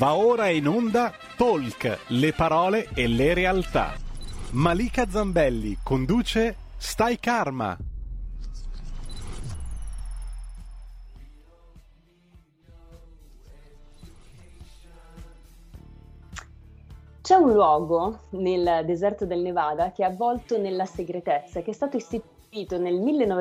Va ora in onda Talk, le parole e le realtà. Malika Zambelli conduce Stai Karma. C'è un luogo nel deserto del Nevada che è avvolto nella segretezza, che è stato istituito nel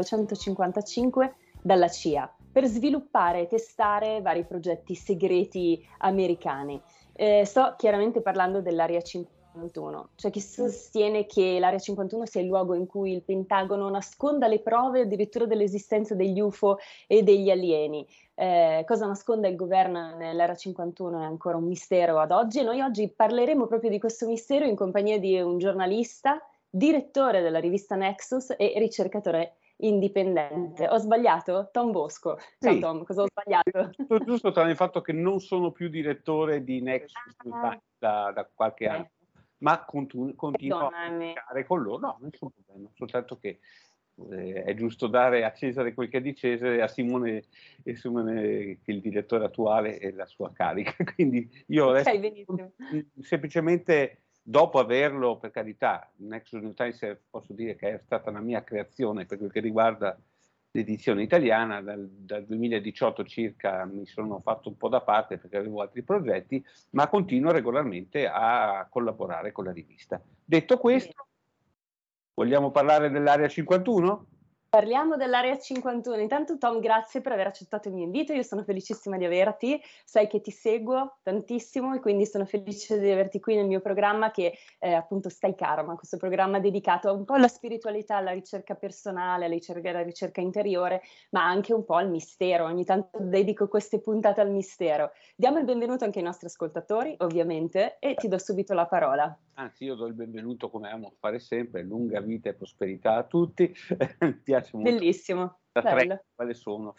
1955 dalla CIA per sviluppare e testare vari progetti segreti americani. Sto chiaramente parlando dell'Area 51. C'è chi sostiene che l'Area 51 sia il luogo in cui il Pentagono nasconda le prove addirittura dell'esistenza degli UFO e degli alieni. Cosa nasconda il governo nell'Area 51 è ancora un mistero ad oggi, e noi oggi parleremo proprio di questo mistero in compagnia di un giornalista, direttore della rivista Nexus e ricercatore indipendente. Ho sbagliato? Tom Bosco. Ciao Sì. Tom, cosa ho sbagliato? Giusto tra il fatto che non sono più direttore di Nexus da qualche anno, ma continuo a comunicare con loro. No, nessun problema, soltanto che è giusto dare a Cesare quel che è di Cesare, a Simone che il direttore attuale è la sua carica. Quindi io adesso semplicemente, dopo averlo, per carità, Nexus New Times posso dire che è stata una mia creazione per quel che riguarda l'edizione italiana. Dal 2018 circa mi sono fatto un po' da parte perché avevo altri progetti, ma continuo regolarmente a collaborare con la rivista. Detto questo, vogliamo parlare dell'Area 51? Parliamo dell'Area 51. Intanto Tom, grazie per aver accettato il mio invito, io sono felicissima di averti, sai che ti seguo tantissimo e quindi sono felice di averti qui nel mio programma che è appunto Stai Karma, questo programma dedicato un po' alla spiritualità, alla ricerca personale, alla ricerca interiore, ma anche un po' al mistero. Ogni tanto dedico queste puntate al mistero. Diamo il benvenuto anche ai nostri ascoltatori, ovviamente, e ti do subito la parola. Anzi, io do il benvenuto, come amo fare sempre, lunga vita e prosperità a tutti. Mi piace molto. Bellissimo, Da bello. tre, quale sono.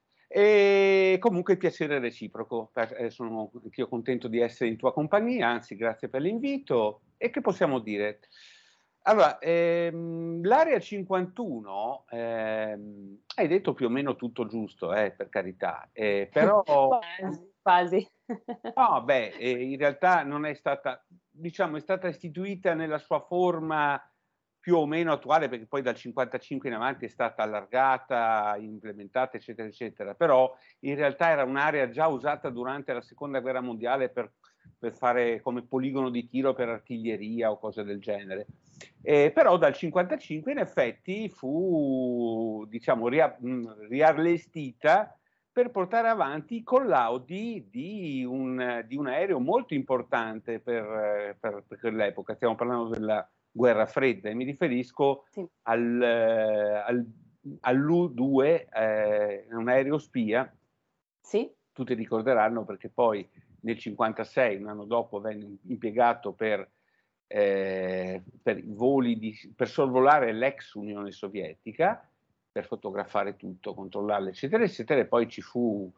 E comunque il piacere è reciproco, sono anch'io contento di essere in tua compagnia, anzi grazie per l'invito. E che possiamo dire? Allora, l'Area 51, hai detto più o meno tutto giusto, per carità, però... Quasi. No, in realtà non è stata, diciamo, è stata istituita nella sua forma più o meno attuale, perché poi dal 55 in avanti è stata allargata, implementata, eccetera, eccetera. Però in realtà era un'area già usata durante la Seconda Guerra Mondiale per fare come poligono di tiro per artiglieria o cose del genere. Però dal 55 in effetti fu, diciamo, riallestita per portare avanti i collaudi di un aereo molto importante per quell'epoca. Stiamo parlando della Guerra Fredda e mi riferisco all'U-2, un aereo spia. Sì. Tutti ricorderanno perché poi nel 56, un anno dopo, venne impiegato per voli per sorvolare l'ex Unione Sovietica, per fotografare tutto, controllarlo, eccetera, eccetera. E poi ci fu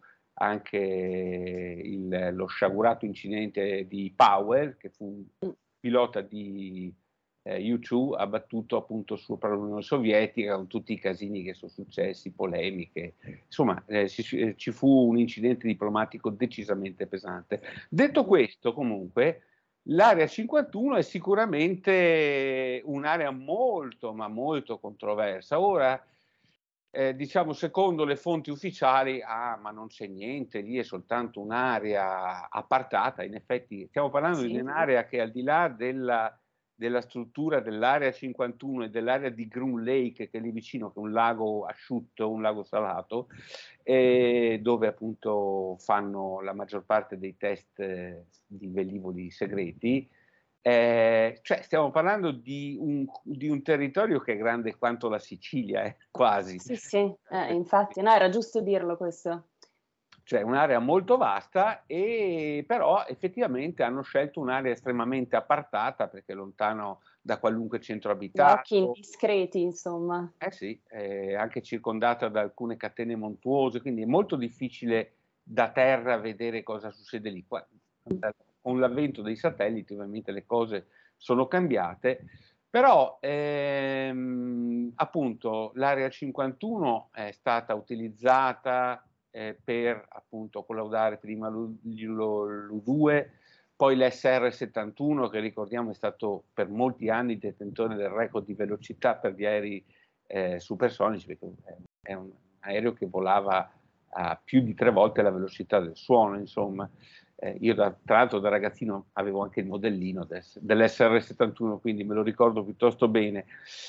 anche lo sciagurato incidente di Powell, che fu un pilota di U-2 abbattuto appunto sopra l'Unione Sovietica, con tutti i casini che sono successi, polemiche. Insomma, ci fu un incidente diplomatico decisamente pesante. Detto questo, comunque, l'Area 51 è sicuramente un'area molto, ma molto controversa. Ora, diciamo, secondo le fonti ufficiali, ma non c'è niente, lì è soltanto un'area appartata. In effetti stiamo parlando di un'area che, al di là della struttura dell'Area 51 e dell'area di Groom Lake, che è lì vicino, che è un lago asciutto, un lago salato, dove appunto fanno la maggior parte dei test di velivoli segreti. Cioè stiamo parlando di un territorio che è grande quanto la Sicilia, quasi. Sì, infatti, no, era giusto dirlo questo. Cioè un'area molto vasta, però effettivamente hanno scelto un'area estremamente appartata, perché lontano da qualunque centro abitato. Occhi indiscreti, insomma. Sì, anche circondata da alcune catene montuose, quindi è molto difficile da terra vedere cosa succede lì. Con l'avvento dei satelliti ovviamente le cose sono cambiate, però appunto l'Area 51 è stata utilizzata per appunto collaudare prima l'U2, poi l'SR-71, che ricordiamo è stato per molti anni detentore del record di velocità per gli aerei supersonici, perché è un aereo che volava a più di 3 volte la velocità del suono, insomma. Io tra l'altro da ragazzino avevo anche il modellino dell'SR-71, quindi me lo ricordo piuttosto bene.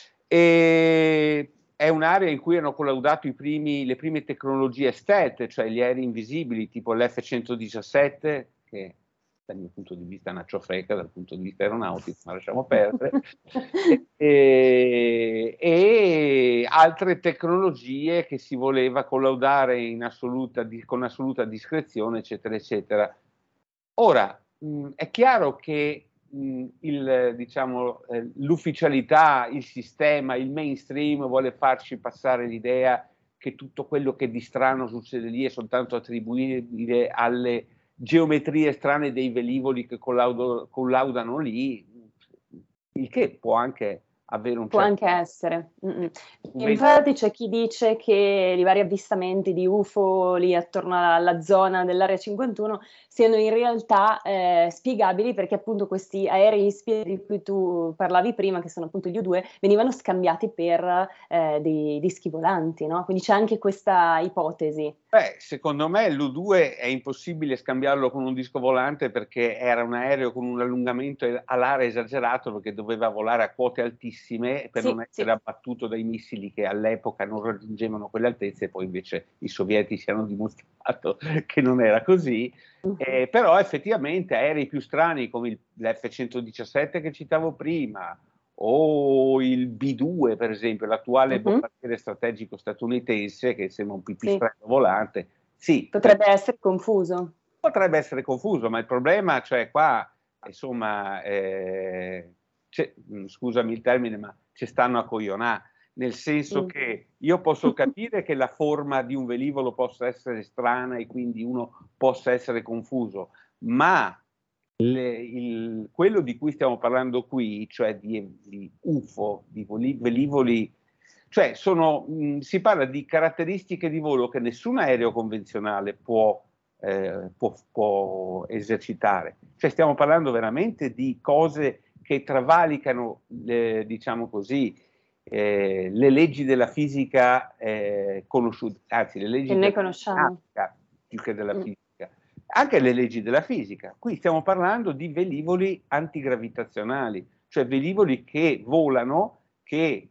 E è un'area in cui hanno collaudato le prime tecnologie stealth, cioè gli aerei invisibili, tipo l'F-117, che dal mio punto di vista è una ciofeca, dal punto di vista aeronautico, ma lasciamo perdere, e altre tecnologie che si voleva collaudare con assoluta discrezione, eccetera, eccetera. Ora, è chiaro che l'ufficialità, il sistema, il mainstream vuole farci passare l'idea che tutto quello che di strano succede lì è soltanto attribuibile alle geometrie strane dei velivoli che collaudano lì, il che può anche avere un Può certo... anche essere. Infatti c'è chi dice che i vari avvistamenti di UFO lì attorno alla zona dell'area 51 siano in realtà spiegabili perché appunto questi aerei spia di cui tu parlavi prima, che sono appunto gli U2, venivano scambiati per dei dischi volanti, no? Quindi c'è anche questa ipotesi. Beh, secondo me l'U2 è impossibile scambiarlo con un disco volante perché era un aereo con un allungamento alare esagerato, perché doveva volare a quote altissime per non essere abbattuto dai missili che all'epoca non raggiungevano quelle altezze, e poi invece i sovietici hanno dimostrato che non era così. Però effettivamente aerei più strani come l'F-117 che citavo prima, o il B-2 per esempio, l'attuale bombardiere strategico statunitense che sembra un pipistrello volante, sì. Potrebbe essere confuso. Potrebbe essere confuso, ma il problema, cioè qua, insomma, scusami il termine, ma ci stanno a coglionà, nel senso che io posso capire che la forma di un velivolo possa essere strana e quindi uno possa essere confuso, ma quello di cui stiamo parlando qui, cioè di UFO, di velivoli, cioè si parla di caratteristiche di volo che nessun aereo convenzionale può esercitare. Cioè stiamo parlando veramente di cose che travalicano, diciamo così, le leggi della fisica conosciute, anzi le leggi della matematica più che della fisica. Anche le leggi della fisica. Qui stiamo parlando di velivoli antigravitazionali, cioè velivoli che volano, che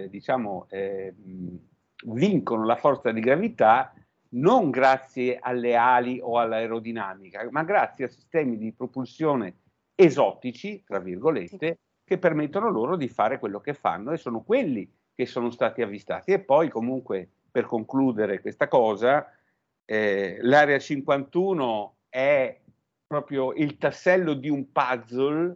vincono la forza di gravità non grazie alle ali o all'aerodinamica, ma grazie a sistemi di propulsione esotici, tra virgolette, che permettono loro di fare quello che fanno, e sono quelli che sono stati avvistati. E poi comunque, per concludere questa cosa, l'Area 51 è proprio il tassello di un puzzle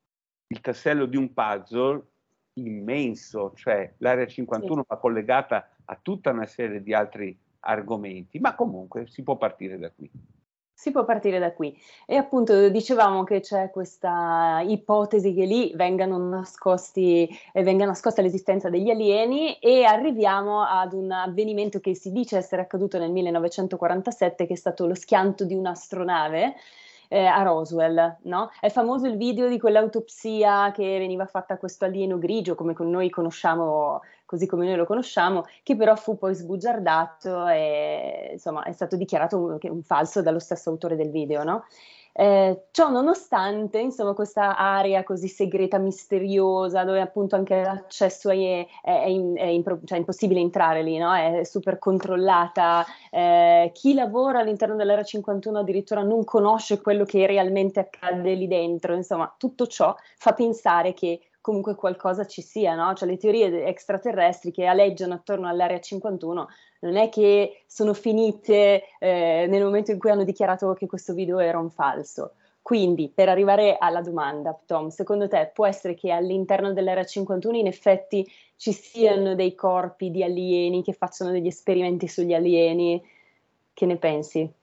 immenso, cioè l'Area 51 va collegata a tutta una serie di altri argomenti, ma comunque si può partire da qui. Si può partire da qui. E appunto dicevamo che c'è questa ipotesi che lì venga nascosta l'esistenza degli alieni, e arriviamo ad un avvenimento che si dice essere accaduto nel 1947, che è stato lo schianto di un'astronave a Roswell, no? È famoso il video di quell'autopsia che veniva fatta a questo alieno grigio, come noi conosciamo, così come noi lo conosciamo, che però fu poi sbugiardato e insomma è stato dichiarato un falso dallo stesso autore del video, no? Ciò nonostante, insomma, questa area così segreta, misteriosa, dove appunto anche l'accesso cioè è impossibile entrare lì, no? È super controllata. Chi lavora all'interno dell'Area 51 addirittura non conosce quello che realmente accade lì dentro. Insomma, tutto ciò fa pensare che comunque qualcosa ci sia, no? Cioè le teorie extraterrestri che aleggiano attorno all'Area 51 non è che sono finite nel momento in cui hanno dichiarato che questo video era un falso. Quindi, per arrivare alla domanda, Tom, secondo te può essere che all'interno dell'Area 51 in effetti ci siano dei corpi di alieni che facciano degli esperimenti sugli alieni? Che ne pensi?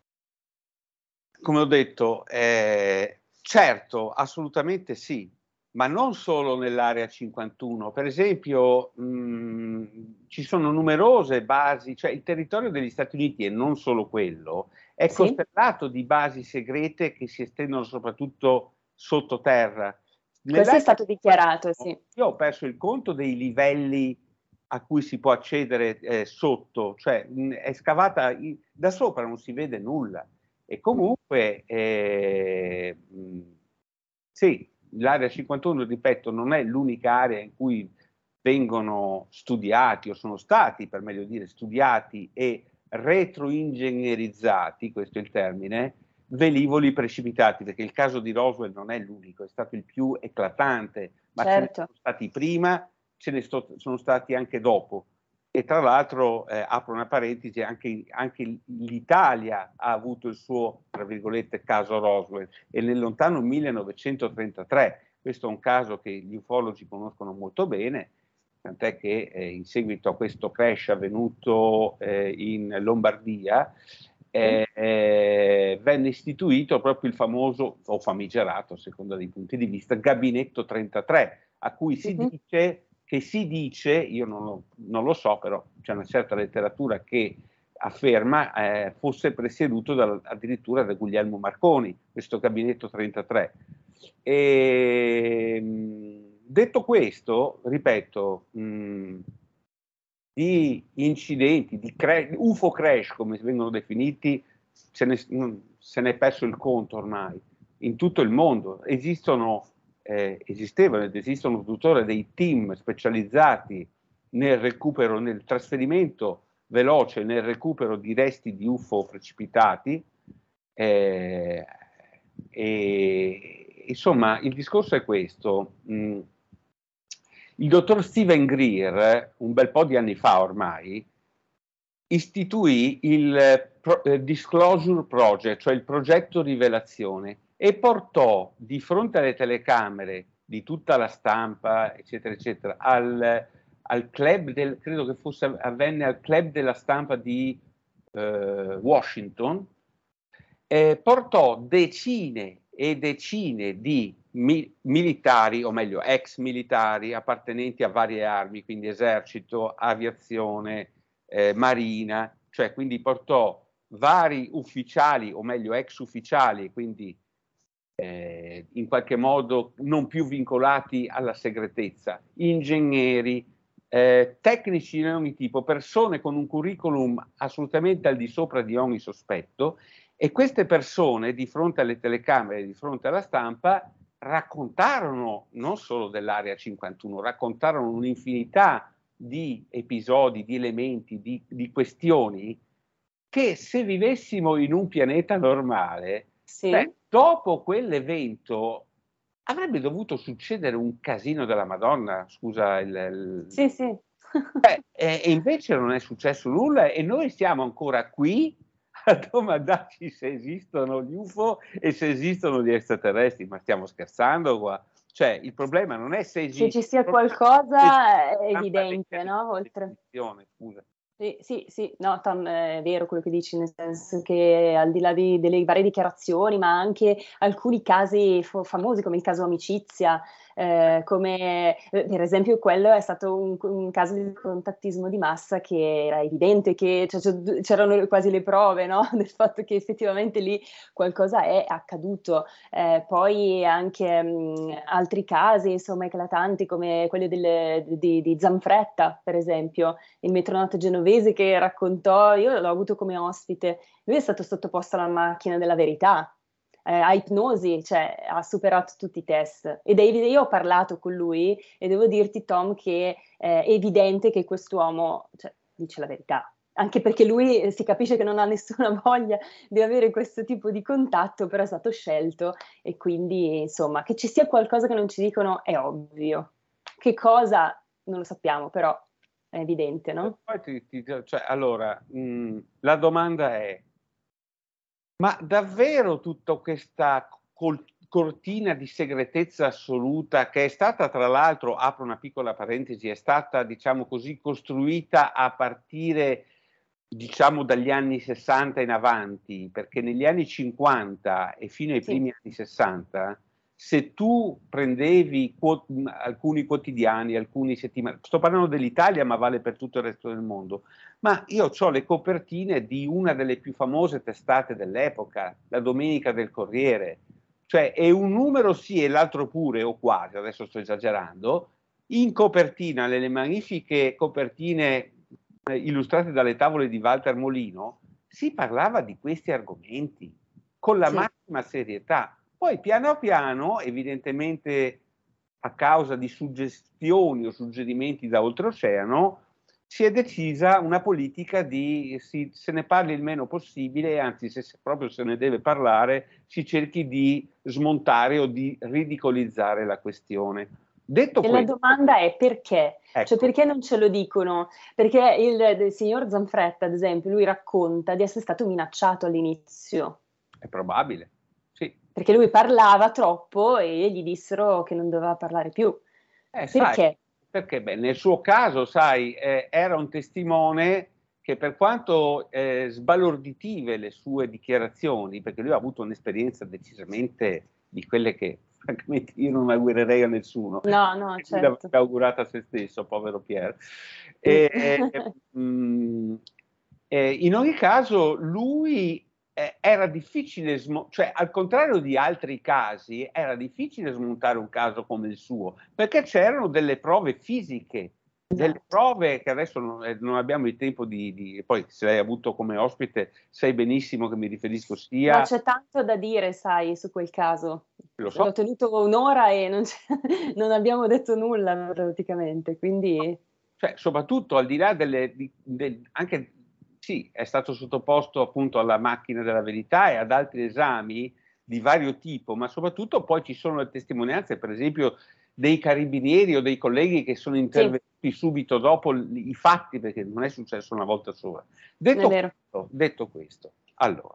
Come ho detto, certo, assolutamente sì, ma non solo nell'area 51. Per esempio, ci sono numerose basi, cioè il territorio degli Stati Uniti, e non solo quello, è costellato di basi segrete che si estendono soprattutto sottoterra. Questo è stato dichiarato, sì. Io ho perso il conto dei livelli a cui si può accedere sotto, cioè è scavata da sopra, non si vede nulla. E comunque, sì, l'area 51, ripeto, non è l'unica area in cui vengono studiati, o sono stati, per meglio dire, studiati e retroingegnerizzati, questo è il termine, velivoli precipitati, perché il caso di Roswell non è l'unico, è stato il più eclatante, ma ce ne sono stati prima, sono stati anche dopo. E tra l'altro, apro una parentesi, anche l'Italia ha avuto il suo, tra virgolette, caso Roswell, e nel lontano 1933. Questo è un caso che gli ufologi conoscono molto bene, tant'è che in seguito a questo crash avvenuto in Lombardia, venne istituito proprio il famoso, o famigerato, a seconda dei punti di vista, Gabinetto 33, a cui si dice, io non lo so, però c'è una certa letteratura che afferma fosse presieduto addirittura da Guglielmo Marconi, questo Gabinetto 33. Detto questo, ripeto, di incidenti, di UFO crash, come vengono definiti, se ne è perso il conto ormai. In tutto il mondo esistevano ed esistono tuttora dei team specializzati nel recupero, nel trasferimento veloce, nel recupero di resti di UFO precipitati. Insomma, il discorso è questo. Il dottor Steven Greer, un bel po' di anni fa ormai, istituì il Disclosure Project, cioè il progetto Rivelazione, e portò di fronte alle telecamere di tutta la stampa, eccetera, eccetera, al club credo che avvenne al club della stampa di Washington, portò decine e decine di militari, o meglio ex militari appartenenti a varie armi, quindi esercito, aviazione, marina, cioè quindi portò vari ufficiali, o meglio ex ufficiali, quindi in qualche modo non più vincolati alla segretezza, ingegneri, tecnici di ogni tipo, persone con un curriculum assolutamente al di sopra di ogni sospetto, e queste persone di fronte alle telecamere, di fronte alla stampa, raccontarono non solo dell'area 51, raccontarono un'infinità di episodi, di elementi, di questioni che, se vivessimo in un pianeta normale, dopo quell'evento avrebbe dovuto succedere un casino della Madonna, scusa Sì, sì. E invece non è successo nulla, e noi siamo ancora qui a domandarci se esistono gli UFO e se esistono gli extraterrestri. Ma stiamo scherzando qua? Cioè, il problema non è se esiste, che ci sia qualcosa è evidente, no? Oltre. Scusa. Sì, no, Tom, è vero quello che dici, nel senso che al di là delle varie dichiarazioni, ma anche alcuni casi famosi, come il caso Amicizia, come per esempio quello è stato un caso di contattismo di massa che era evidente che c'erano quasi le prove, no? Del fatto che effettivamente lì qualcosa è accaduto. Poi anche altri casi, insomma, eclatanti, come quelli di Zanfretta, per esempio, il metronote genovese che raccontò, io l'ho avuto come ospite, lui è stato sottoposto alla macchina della verità, a ipnosi, cioè ha superato tutti i test. Ed io ho parlato con lui e devo dirti, Tom, che è evidente che quest'uomo, cioè, dice la verità. Anche perché lui si capisce che non ha nessuna voglia di avere questo tipo di contatto, però è stato scelto, e quindi, insomma, che ci sia qualcosa che non ci dicono è ovvio. Che cosa non lo sappiamo, però è evidente, no? Cioè, allora, la domanda è: ma davvero tutta questa cortina di segretezza assoluta, che è stata, tra l'altro, apro una piccola parentesi, è stata, diciamo così, costruita a partire, diciamo, dagli anni 60 in avanti, perché negli anni 50 e fino ai primi anni 60 se tu prendevi alcuni quotidiani, alcuni settimane, sto parlando dell'Italia ma vale per tutto il resto del mondo, ma io ho le copertine di una delle più famose testate dell'epoca, la Domenica del Corriere, cioè è un numero sì e l'altro pure o quasi, adesso sto esagerando, in copertina, nelle magnifiche copertine illustrate dalle tavole di Walter Molino, si parlava di questi argomenti con la massima serietà. Poi piano piano, evidentemente a causa di suggestioni o suggerimenti da oltreoceano, si è decisa una politica di se ne parli il meno possibile, anzi se proprio se ne deve parlare si cerchi di smontare o di ridicolizzare la questione. Detto e questo, la domanda è perché? ecco. Cioè perché non ce lo dicono? Perché il signor Zanfretta, ad esempio, lui racconta di essere stato minacciato all'inizio. È probabile, sì. Perché lui parlava troppo e gli dissero che non doveva parlare più. Perché? Sai, perché nel suo caso, sai, era un testimone che per quanto sbalorditive le sue dichiarazioni, perché lui ha avuto un'esperienza decisamente di quelle che francamente io non augurerei a nessuno. No, certo. L'aveva augurata a se stesso, povero Pier. In ogni caso, lui era difficile, cioè al contrario di altri casi, era difficile smontare un caso come il suo, perché c'erano delle prove fisiche, delle prove che adesso non abbiamo il tempo poi se l'hai avuto come ospite sai benissimo che mi riferisco sia... Ma c'è tanto da dire, sai, su quel caso. Lo so. L'ho tenuto un'ora e non abbiamo detto nulla praticamente, quindi... Cioè, soprattutto al di là anche sì, è stato sottoposto appunto alla macchina della verità e ad altri esami di vario tipo, ma soprattutto poi ci sono le testimonianze, per esempio, dei carabinieri o dei colleghi che sono intervenuti subito dopo i fatti, perché non è successo una volta sola. Detto questo, allora,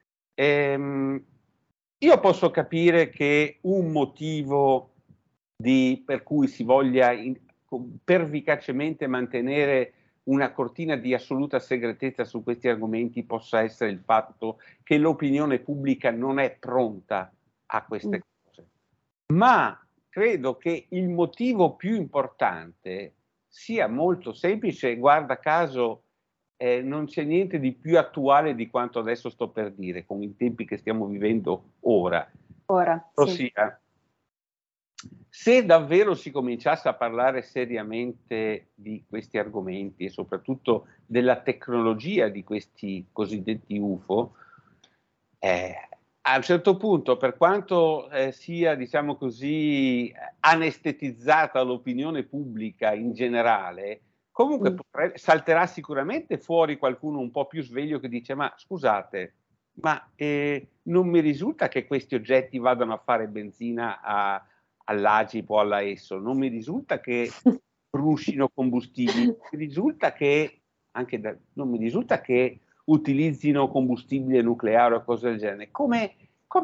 io posso capire che un motivo per cui si voglia pervicacemente mantenere una cortina di assoluta segretezza su questi argomenti possa essere il fatto che l'opinione pubblica non è pronta a queste cose. Ma credo che il motivo più importante sia molto semplice, guarda caso non c'è niente di più attuale di quanto adesso sto per dire, con i tempi che stiamo vivendo ora. Ossia, se davvero si cominciasse a parlare seriamente di questi argomenti e soprattutto della tecnologia di questi cosiddetti UFO, a un certo punto, per quanto sia, diciamo così, anestetizzata l'opinione pubblica in generale, comunque salterà sicuramente fuori qualcuno un po' più sveglio che dice: ma scusate, ma non mi risulta che questi oggetti vadano a fare benzina all'Agip o alla ESSO, non mi risulta che bruscino combustibili, non mi risulta che utilizzino combustibile nucleare o cose del genere. Come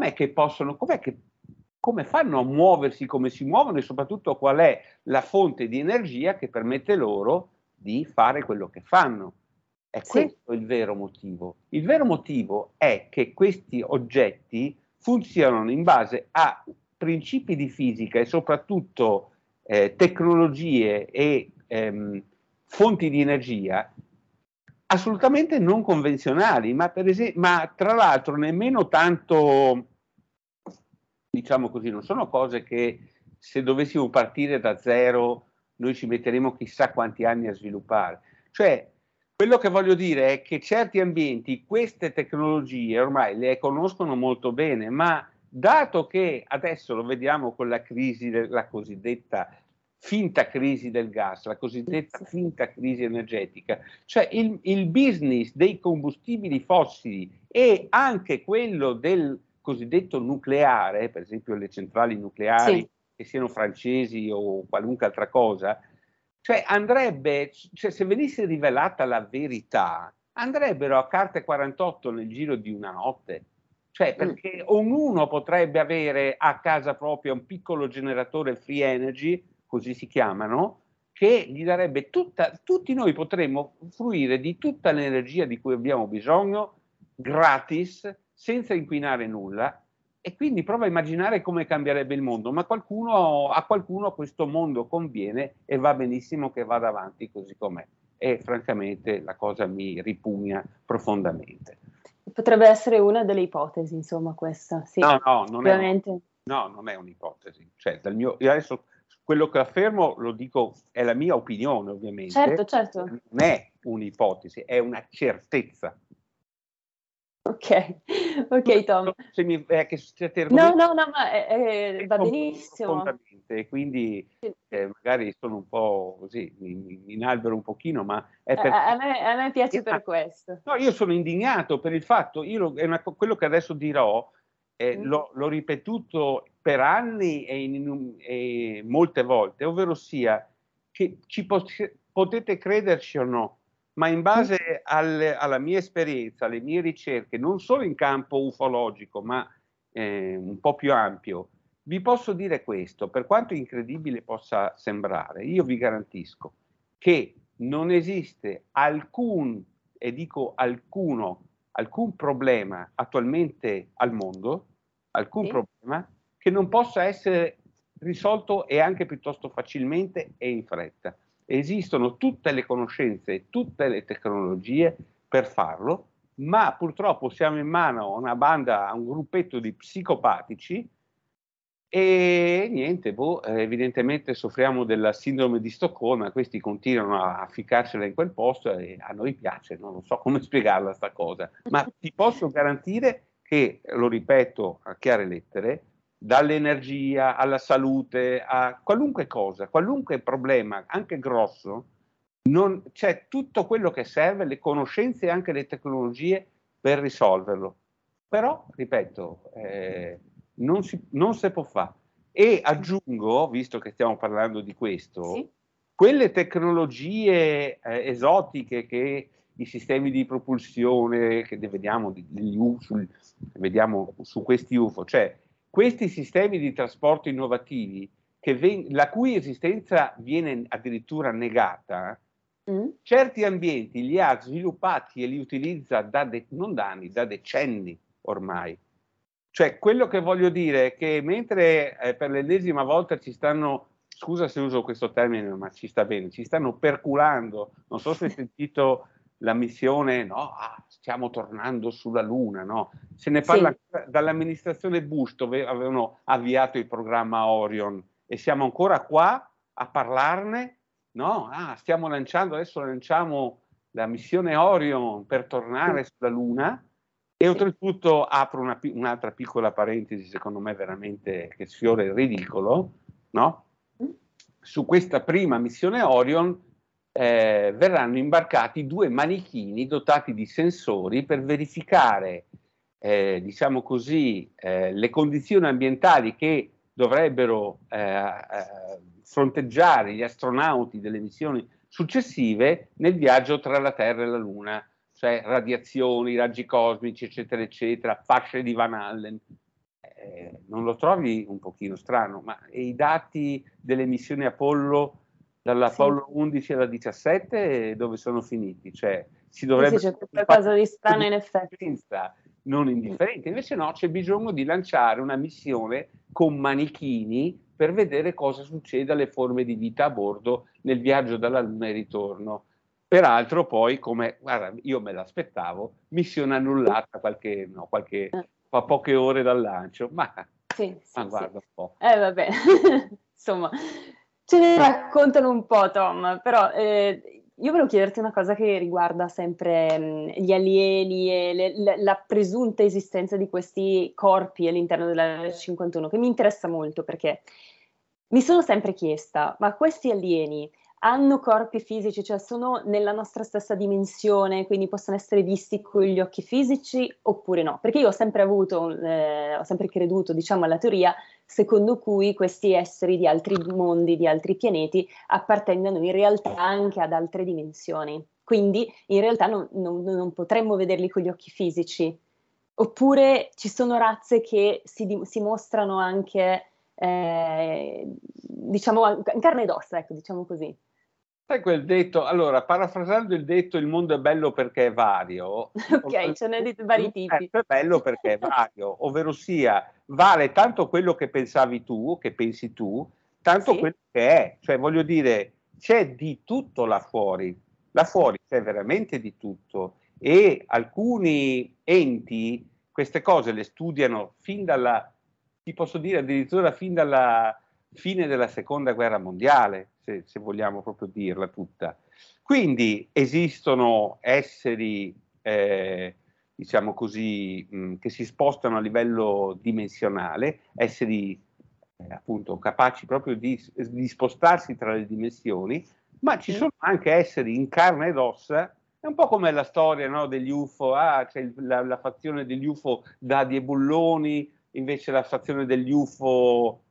fanno a muoversi come si muovono e soprattutto qual è la fonte di energia che permette loro di fare quello che fanno? È questo il vero motivo. Il vero motivo è che questi oggetti funzionano in base a principi di fisica e soprattutto tecnologie e fonti di energia assolutamente non convenzionali, ma tra l'altro nemmeno tanto, diciamo così, non sono cose che se dovessimo partire da zero noi ci metteremo chissà quanti anni a sviluppare. Cioè, quello che voglio dire è che certi ambienti queste tecnologie ormai le conoscono molto bene, ma dato che adesso lo vediamo con la crisi, la cosiddetta finta crisi del gas, la cosiddetta finta crisi energetica, cioè il business dei combustibili fossili e anche quello del cosiddetto nucleare, per esempio le centrali nucleari, che siano francesi o qualunque altra cosa, cioè se venisse rivelata la verità, andrebbero a carte 48 nel giro di una notte. Cioè, perché ognuno potrebbe avere a casa propria un piccolo generatore free energy, così si chiamano, che gli darebbe tutti noi potremmo fruire di tutta l'energia di cui abbiamo bisogno, gratis, senza inquinare nulla, E quindi prova a immaginare come cambierebbe il mondo, ma a qualcuno questo mondo conviene e va benissimo che vada avanti così com'è. E francamente la cosa mi ripugna profondamente. Potrebbe essere una delle ipotesi, insomma, questa. Sì, No, non è un'ipotesi. Cioè, io adesso quello che affermo lo dico, è la mia opinione, ovviamente. Certo. Non è un'ipotesi, è una certezza. Ok, Tom. No, ma va benissimo. Quindi magari sono un po' così, mi inalbero un pochino, ma è perché a me piace per questo. No, io sono indignato per il fatto, quello che adesso dirò, l'ho ripetuto per anni e molte volte, ovvero sia che potete crederci o no, ma in base alla mia esperienza, alle mie ricerche, non solo in campo ufologico, ma un po' più ampio, vi posso dire questo, per quanto incredibile possa sembrare, io vi garantisco che non esiste alcun problema attualmente al mondo, problema che non possa essere risolto e anche piuttosto facilmente e in fretta. Esistono tutte le conoscenze e tutte le tecnologie per farlo, ma purtroppo siamo in mano a un gruppetto di psicopatici e niente, evidentemente soffriamo della sindrome di Stoccolma, questi continuano a ficcarcela in quel posto e a noi piace, non lo so come spiegarla sta cosa, ma ti posso garantire che, lo ripeto a chiare lettere, dall'energia alla salute, a qualunque cosa, qualunque problema, anche grosso, c'è tutto quello che serve, le conoscenze e anche le tecnologie per risolverlo. Però, ripeto, non si può fare. E aggiungo, visto che stiamo parlando di questo, quelle tecnologie esotiche che i sistemi di propulsione che vediamo su questi UFO, cioè questi sistemi di trasporto innovativi la cui esistenza viene addirittura negata, certi ambienti li ha sviluppati e li utilizza non da anni, da decenni ormai. Cioè, quello che voglio dire è che mentre per l'ennesima volta ci stanno, scusa se uso questo termine, ma ci sta bene, ci stanno perculando, non so se hai sentito la missione, stiamo tornando sulla Luna, no? Se ne parla dall'amministrazione Bush, dove avevano avviato il programma Orion, e siamo ancora qua a parlarne, no? Adesso lanciamo la missione Orion per tornare sulla Luna. E oltretutto apro un'altra piccola parentesi, secondo me veramente che sfiora il ridicolo, no? Su questa prima missione Orion verranno imbarcati 2 manichini dotati di sensori per verificare, diciamo così, le condizioni ambientali che dovrebbero fronteggiare gli astronauti delle missioni successive nel viaggio tra la Terra e la Luna. Cioè radiazioni, raggi cosmici, eccetera, eccetera, fasce di Van Allen. Non lo trovi un pochino strano? Ma i dati delle missioni Apollo, dall'Apollo 11 alla 17, dove sono finiti? Cioè, si dovrebbe c'è qualcosa di strano in effetti. Non indifferente. Invece no, c'è bisogno di lanciare una missione con manichini per vedere cosa succede alle forme di vita a bordo nel viaggio dalla Luna e ritorno. Peraltro poi, guarda, io me l'aspettavo, missione annullata fa poche ore dal lancio, ma guarda un po'. Vabbè, insomma, ce ne raccontano un po', Tom, però io volevo chiederti una cosa che riguarda sempre gli alieni e la presunta esistenza di questi corpi all'interno dell'Area 51, che mi interessa molto perché mi sono sempre chiesta, ma questi alieni hanno corpi fisici, cioè sono nella nostra stessa dimensione, quindi possono essere visti con gli occhi fisici oppure no? Perché io ho sempre creduto, diciamo, alla teoria secondo cui questi esseri di altri mondi, di altri pianeti, appartengono in realtà anche ad altre dimensioni. Quindi in realtà non potremmo vederli con gli occhi fisici. Oppure ci sono razze che si mostrano anche, diciamo, in carne ed ossa, ecco, diciamo così. Sai quel detto, allora, parafrasando il detto il mondo è bello perché è vario. Ok, ce n'è di vari tipi. È bello perché è vario, ovvero sia vale tanto quello che pensavi tu, che pensi tu, tanto quello che è. Cioè, voglio dire, c'è di tutto là fuori c'è veramente di tutto, e alcuni enti queste cose le studiano fin dalla, ti posso dire addirittura fin dalla fine della seconda guerra mondiale, se vogliamo proprio dirla tutta. Quindi esistono esseri, diciamo così, che si spostano a livello dimensionale, esseri appunto capaci proprio di spostarsi tra le dimensioni, ma ci sono anche esseri in carne ed ossa. È un po' come la storia, no, degli UFO, c'è la fazione degli UFO dadi e bulloni, invece la fazione degli UFO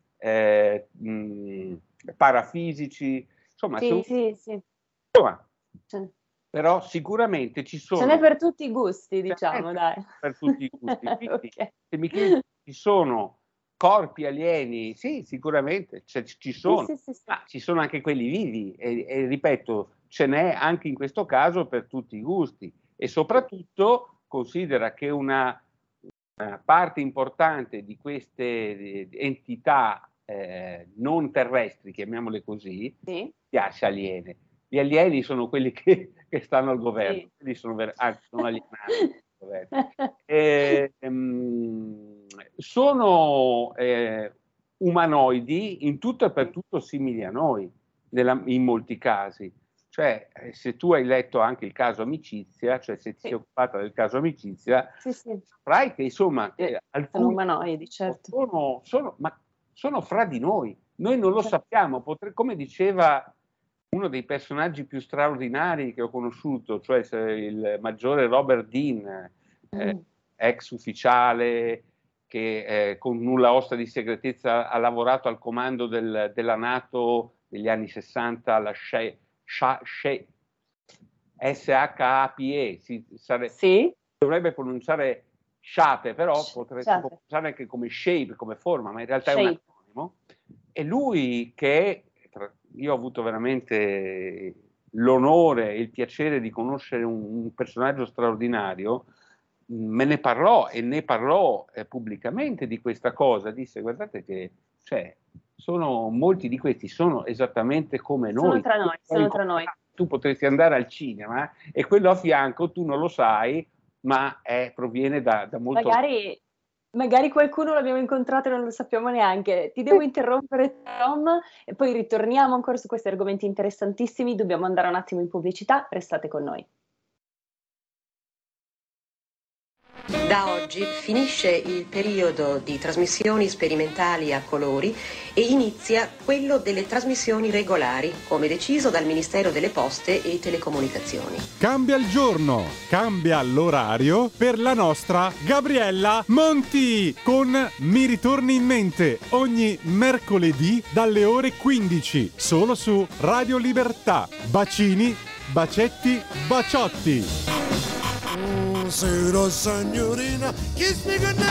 parafisici, insomma, insomma, però sicuramente ci sono... Ce n'è per tutti i gusti, diciamo, dai. Per tutti i gusti. Quindi, okay. Se mi chiedi, ci sono corpi alieni? Sì, sicuramente, ci sono, ma ci sono anche quelli vivi e ripeto, ce n'è anche in questo caso per tutti i gusti, e soprattutto considera che una parte importante di queste entità non terrestri, chiamiamole così, piace aliene. Gli alieni sono quelli che stanno al governo, quelli sono alienati. Sono umanoidi, in tutto e per tutto simili a noi, in molti casi. Cioè, se tu hai letto anche il caso Amicizia, cioè se ti sei occupata del caso Amicizia, saprai che insomma alcuni sono umanoidi, certo. Sono fra di noi non lo sappiamo. Come diceva uno dei personaggi più straordinari che ho conosciuto, cioè il maggiore Robert Dean, ex ufficiale che con nulla osta di segretezza ha lavorato al comando della NATO negli anni 60, alla SHAPE, dovrebbe pronunciare Shape, però potresti pronunciare anche come shape, come forma, ma in realtà è un acronimo. E lui io ho avuto veramente l'onore e il piacere di conoscere un personaggio straordinario, me ne parlò e ne parlò pubblicamente di questa cosa, disse guardate che molti di questi sono esattamente come noi. Sono tra noi. Tu potresti andare al cinema e quello a fianco tu non lo sai, ma proviene da molto... Magari qualcuno l'abbiamo incontrato e non lo sappiamo neanche. Ti devo interrompere, Tom, e poi ritorniamo ancora su questi argomenti interessantissimi. Dobbiamo andare un attimo in pubblicità, restate con noi. Da oggi finisce il periodo di trasmissioni sperimentali a colori e inizia quello delle trasmissioni regolari, come deciso dal Ministero delle Poste e Telecomunicazioni. Cambia il giorno, cambia l'orario per la nostra Gabriella Monti con Mi ritorni in mente ogni mercoledì dalle ore 15, solo su Radio Libertà. Bacini, bacetti, baciotti. Buonasera signorina, kiss me goodnight.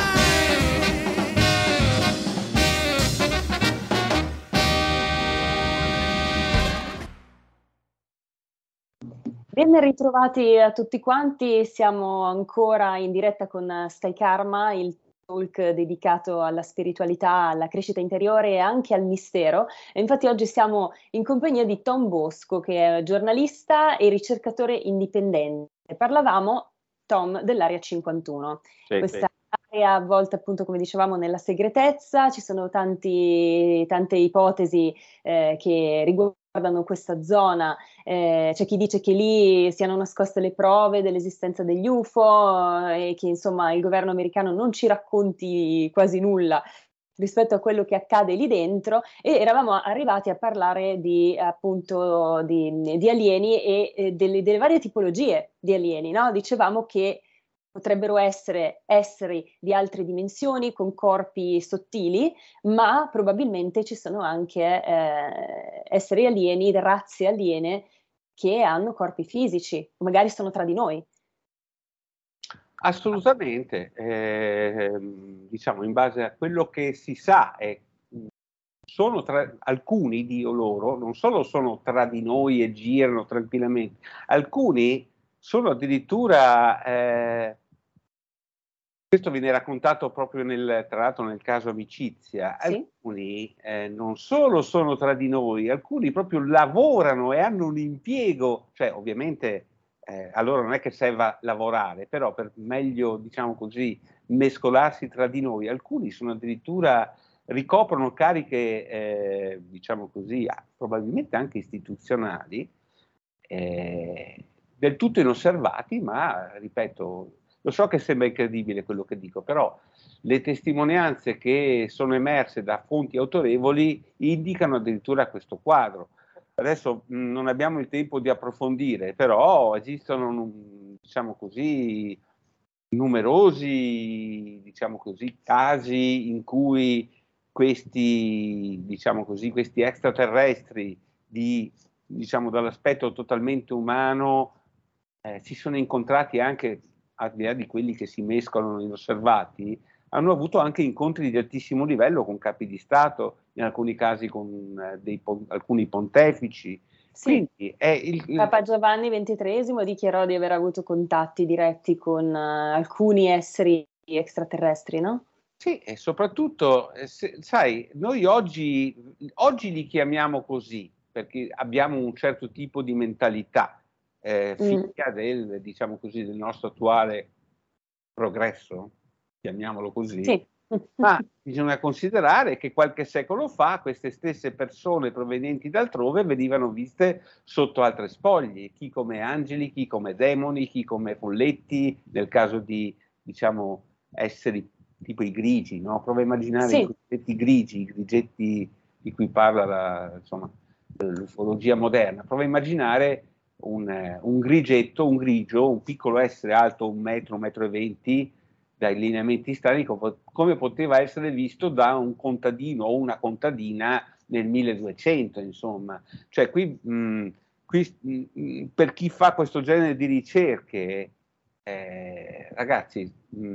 Ben ritrovati a tutti quanti, siamo ancora in diretta con Stai Karma, il talk dedicato alla spiritualità, alla crescita interiore e anche al mistero. E infatti oggi siamo in compagnia di Tom Bosco, che è giornalista e ricercatore indipendente. Parlavamo, Tom, dell'area 51. Questa area avvolta appunto, come dicevamo, nella segretezza, ci sono tante ipotesi che riguardano questa zona, c'è chi dice che lì siano nascoste le prove dell'esistenza degli UFO e che insomma il governo americano non ci racconti quasi nulla rispetto a quello che accade lì dentro, e eravamo arrivati a parlare di alieni e delle varie tipologie di alieni, no? Dicevamo che potrebbero essere esseri di altre dimensioni con corpi sottili, ma probabilmente ci sono anche esseri alieni, razze aliene che hanno corpi fisici, o magari sono tra di noi. Assolutamente, diciamo in base a quello che si sa, sono alcuni di loro, non solo sono tra di noi e girano tranquillamente, alcuni sono addirittura Questo viene raccontato proprio tra l'altro nel caso Amicizia. Sì. Alcuni non solo sono tra di noi, alcuni proprio lavorano e hanno un impiego, cioè ovviamente allora non è che serva lavorare, però per meglio, diciamo così, mescolarsi tra di noi, alcuni sono addirittura ricoprono cariche, diciamo così, probabilmente anche istituzionali, del tutto inosservati, ma ripeto, lo so che sembra incredibile quello che dico, però le testimonianze che sono emerse da fonti autorevoli indicano addirittura questo quadro. Adesso non abbiamo il tempo di approfondire, però esistono, diciamo così, numerosi, diciamo così, casi in cui questi, diciamo così, questi extraterrestri diciamo, dall'aspetto totalmente umano si sono incontrati anche, al di là di quelli che si mescolano inosservati, hanno avuto anche incontri di altissimo livello con capi di Stato, in alcuni casi con alcuni pontefici. Sì. Quindi è Papa Giovanni XXIII dichiarò di aver avuto contatti diretti con alcuni esseri extraterrestri, no? Sì, e soprattutto, sai, noi oggi li chiamiamo così perché abbiamo un certo tipo di mentalità, figlia del, diciamo così, del nostro attuale progresso, chiamiamolo così. Sì. Ma bisogna considerare che qualche secolo fa queste stesse persone provenienti da altrove venivano viste sotto altre spoglie, chi come angeli, chi come demoni, chi come folletti, nel caso di, diciamo, esseri tipo i grigi, no? Prova a immaginare Sì. i cosiddetti grigi, i grigetti di cui parla l'ufologia moderna. Prova a immaginare un grigetto, un grigio, un piccolo essere alto 1 metro, 1,20 m, dai lineamenti strani, come poteva essere visto da un contadino o una contadina nel 1200, insomma. Cioè qui per chi fa questo genere di ricerche, ragazzi,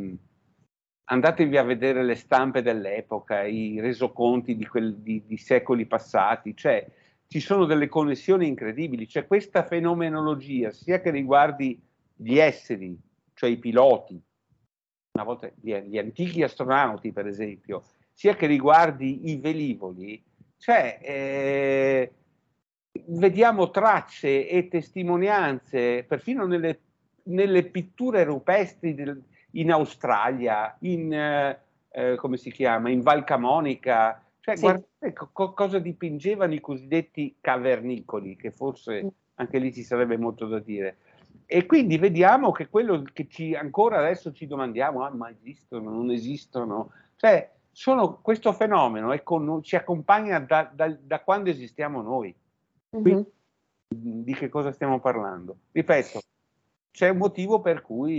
andatevi a vedere le stampe dell'epoca, i resoconti di secoli passati, cioè ci sono delle connessioni incredibili, c'è questa fenomenologia, sia che riguardi gli esseri, cioè i piloti, una volta gli antichi astronauti per esempio, sia che riguardi i velivoli, cioè vediamo tracce e testimonianze perfino nelle pitture rupestri in Australia, come si chiama, in Val Camonica, cioè Sì. guardate cosa dipingevano i cosiddetti cavernicoli, che forse anche lì ci sarebbe molto da dire. E quindi vediamo che quello che ancora adesso ci domandiamo, ma esistono, non esistono, cioè questo fenomeno ci accompagna da quando esistiamo noi. Quindi, di che cosa stiamo parlando? Ripeto, c'è un motivo per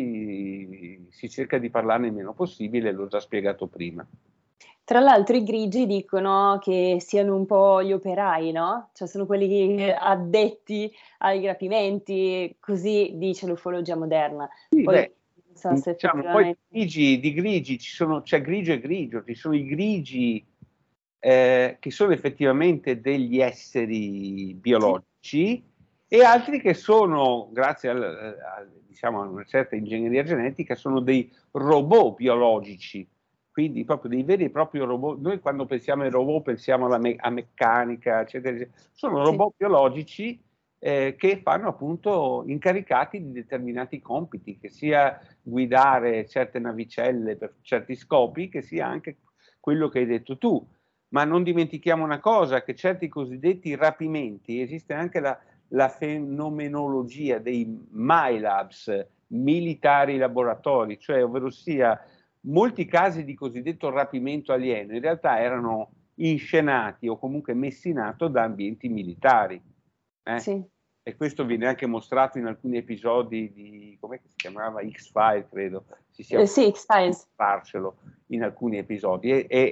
cui si cerca di parlarne il meno possibile, l'ho già spiegato prima. Tra l'altro i grigi dicono che siano un po' gli operai, no? Cioè sono quelli addetti ai rapimenti, così dice l'ufologia moderna. Sì, poi non so se diciamo, effettivamente... poi di grigi c'è grigio e grigio, ci sono i grigi che sono effettivamente degli esseri biologici e altri che sono, grazie diciamo, a una certa ingegneria genetica, sono dei robot biologici, quindi proprio dei veri e propri robot. Noi quando pensiamo ai robot pensiamo a meccanica, eccetera, eccetera. Sono robot biologici che fanno appunto incaricati di determinati compiti, che sia guidare certe navicelle per certi scopi, che sia anche quello che hai detto tu. Ma non dimentichiamo una cosa, che certi cosiddetti rapimenti, esiste anche la fenomenologia dei MILABs, militari laboratori, cioè ovvero sia molti casi di cosiddetto rapimento alieno in realtà erano inscenati o comunque messi in atto da ambienti militari. Sì. E questo viene anche mostrato in alcuni episodi di, come si chiamava, X-Files, credo. Sì, X-Files. Farcelo in alcuni episodi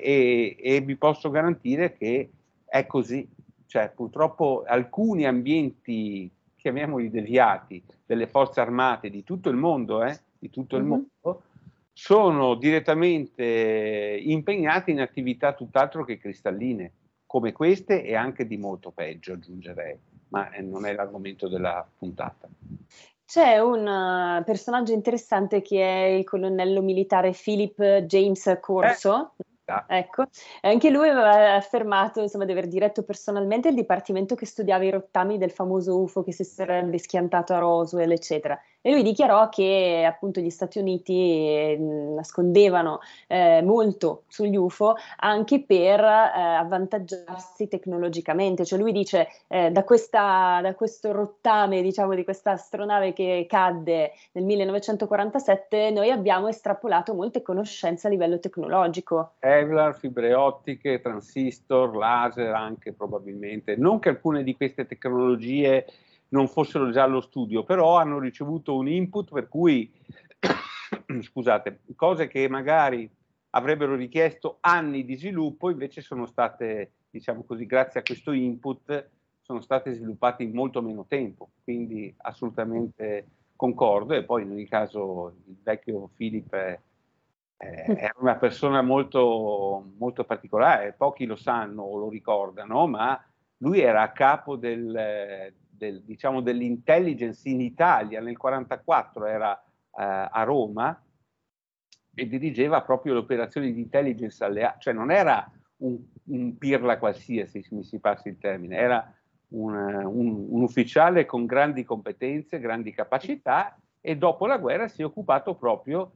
e vi posso garantire che è così. Cioè, purtroppo alcuni ambienti, chiamiamoli deviati, delle forze armate di tutto il mondo, mondo, sono direttamente impegnati in attività tutt'altro che cristalline, come queste e anche di molto peggio, aggiungerei, ma non è l'argomento della puntata. C'è un personaggio interessante che è il colonnello militare Philip James Corso. Ecco, anche lui aveva affermato, insomma, di aver diretto personalmente il dipartimento che studiava i rottami del famoso UFO che si sarebbe schiantato a Roswell, eccetera. E lui dichiarò che appunto gli Stati Uniti nascondevano molto sugli UFO anche per avvantaggiarsi tecnologicamente. Cioè lui dice da questo rottame, diciamo, di questa astronave che cadde nel 1947, noi abbiamo estrapolato molte conoscenze a livello tecnologico. Kevlar, fibre ottiche, transistor, laser anche probabilmente. Non che alcune di queste tecnologie non fossero già allo studio, però hanno ricevuto un input per cui, scusate, cose che magari avrebbero richiesto anni di sviluppo, invece sono state, diciamo così, grazie a questo input, sono state sviluppate in molto meno tempo. Quindi assolutamente concordo. E poi in ogni caso il vecchio Philip era una persona molto, molto particolare, pochi lo sanno o lo ricordano, ma lui era a capo diciamo, dell'intelligence in Italia. Nel 1944 era a Roma e dirigeva proprio le operazioni di intelligence cioè non era un pirla qualsiasi, se mi si passi il termine, era un ufficiale con grandi competenze, grandi capacità, e dopo la guerra si è occupato proprio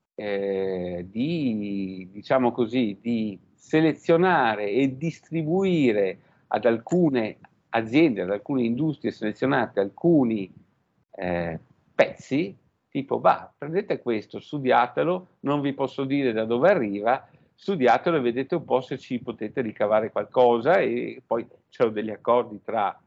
diciamo così, di selezionare e distribuire ad alcune aziende, ad alcune industrie selezionate alcuni pezzi, tipo, prendete questo, studiatelo, non vi posso dire da dove arriva, studiatelo e vedete un po' se ci potete ricavare qualcosa. E poi c'erano degli accordi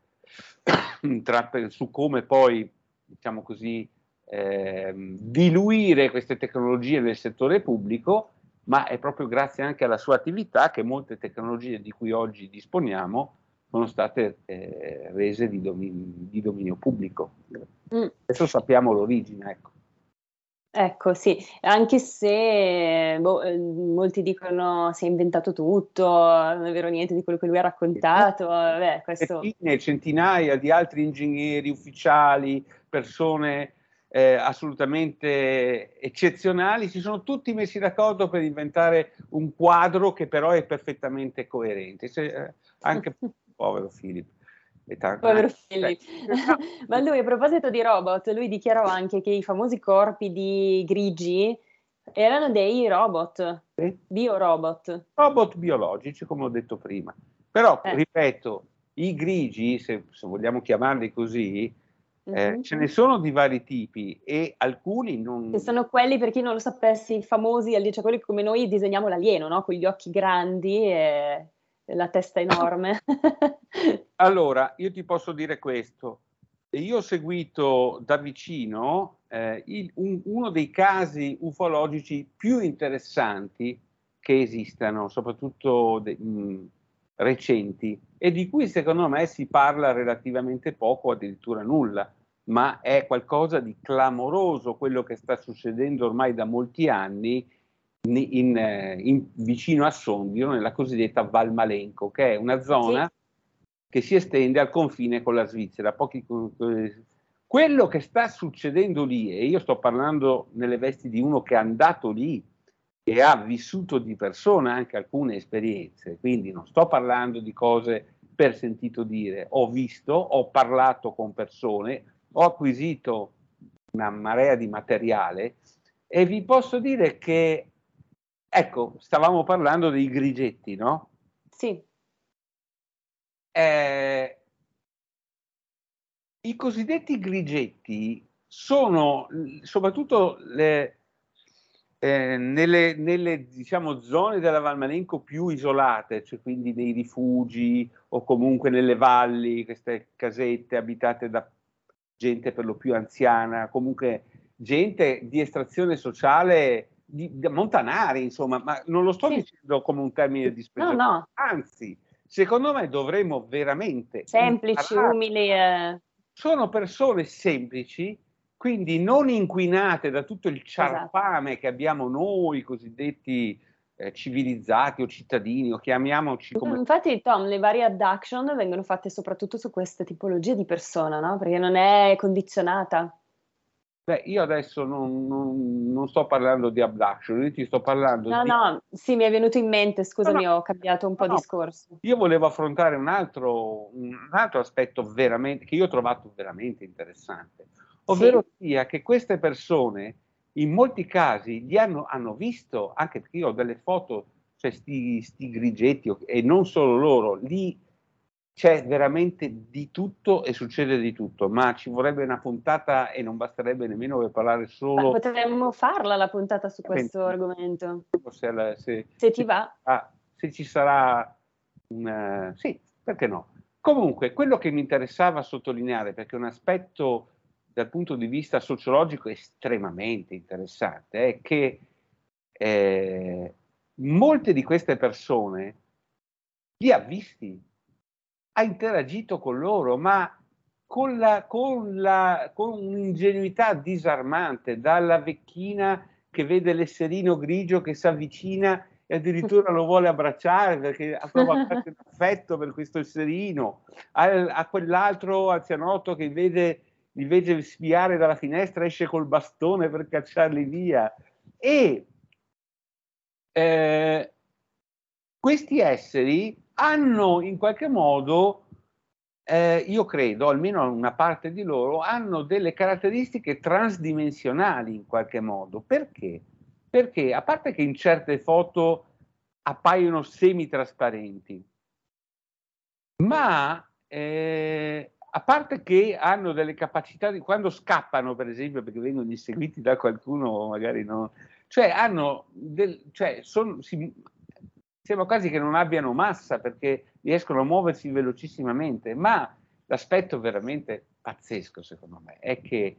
su come poi, diciamo così, diluire queste tecnologie nel settore pubblico, ma è proprio grazie anche alla sua attività che molte tecnologie di cui oggi disponiamo sono state rese di dominio pubblico. Adesso sappiamo l'origine, ecco. Ecco, sì, anche se molti dicono si è inventato tutto, non è vero niente di quello che lui ha raccontato. Questo... Centinaia di altri ingegneri, ufficiali, persone assolutamente eccezionali, si sono tutti messi d'accordo per inventare un quadro che però è perfettamente coerente. Anche povero Philip. Povero Philip. Ma lui, a proposito di robot, lui dichiarò anche che i famosi corpi di grigi erano dei robot, biorobot. Robot biologici, come ho detto prima. Però, ripeto, i grigi, se vogliamo chiamarli così, ce ne sono di vari tipi e alcuni non... Che sono quelli, per chi non lo sapesse, famosi, cioè quelli come noi disegniamo l'alieno, no? Con gli occhi grandi e la testa enorme. Allora, io ti posso dire questo. Io ho seguito da vicino uno dei casi ufologici più interessanti che esistano, soprattutto recenti, e di cui secondo me si parla relativamente poco, addirittura nulla, ma è qualcosa di clamoroso quello che sta succedendo ormai da molti anni vicino a Sondrio, nella cosiddetta Val Malenco, che è una zona che si estende al confine con la Svizzera. Quello che sta succedendo lì, e io sto parlando nelle vesti di uno che è andato lì e ha vissuto di persona anche alcune esperienze, quindi non sto parlando di cose per sentito dire, ho visto, ho parlato con persone, ho acquisito una marea di materiale e vi posso dire che, ecco, stavamo parlando dei grigetti, no? Sì. I cosiddetti grigetti sono soprattutto nelle diciamo, zone della Val Malenco più isolate, cioè quindi nei rifugi o comunque nelle valli, queste casette abitate da gente per lo più anziana, comunque gente di estrazione sociale, di montanari, insomma, ma non lo sto dicendo come un termine dispregiativo, no. Anzi, secondo me dovremmo veramente semplici, umili. Sono persone semplici, quindi non inquinate da tutto il ciarpame che abbiamo noi, cosiddetti civilizzati o cittadini, o chiamiamoci come... Infatti, Tom, le varie abduction vengono fatte soprattutto su queste tipologie di persona, no? Perché non è condizionata. Beh, io adesso non sto parlando di abduction, io ti sto parlando di... No, sì, mi è venuto in mente, scusami, No, ho cambiato un po' no, discorso. io volevo affrontare un altro aspetto veramente, che io ho trovato veramente interessante, ovvero sia che queste persone in molti casi hanno visto, anche perché io ho delle foto, cioè sti grigetti, e non solo loro, lì c'è veramente di tutto e succede di tutto, ma ci vorrebbe una puntata e non basterebbe nemmeno per parlare solo... Potremmo farla la puntata su questo argomento. Se ti va. Se ci sarà sì, perché no? Comunque, quello che mi interessava sottolineare, perché è un aspetto dal punto di vista sociologico estremamente interessante, è che molte di queste persone li ha visti, ha interagito con loro, ma con un'ingenuità disarmante, dalla vecchina che vede l'esserino grigio che si avvicina e addirittura lo vuole abbracciare perché ha provato un affetto per questo esserino, a quell'altro anzianotto che li vede spiare dalla finestra, esce col bastone per cacciarli via. E questi esseri hanno in qualche modo, io credo, almeno una parte di loro, hanno delle caratteristiche transdimensionali in qualche modo. Perché? Perché a parte che in certe foto appaiono semitrasparenti, ma a parte che hanno delle capacità di quando scappano, per esempio, perché vengono inseguiti da qualcuno, magari no, cioè sembra quasi che non abbiano massa perché riescono a muoversi velocissimamente, ma l'aspetto veramente pazzesco, secondo me, è che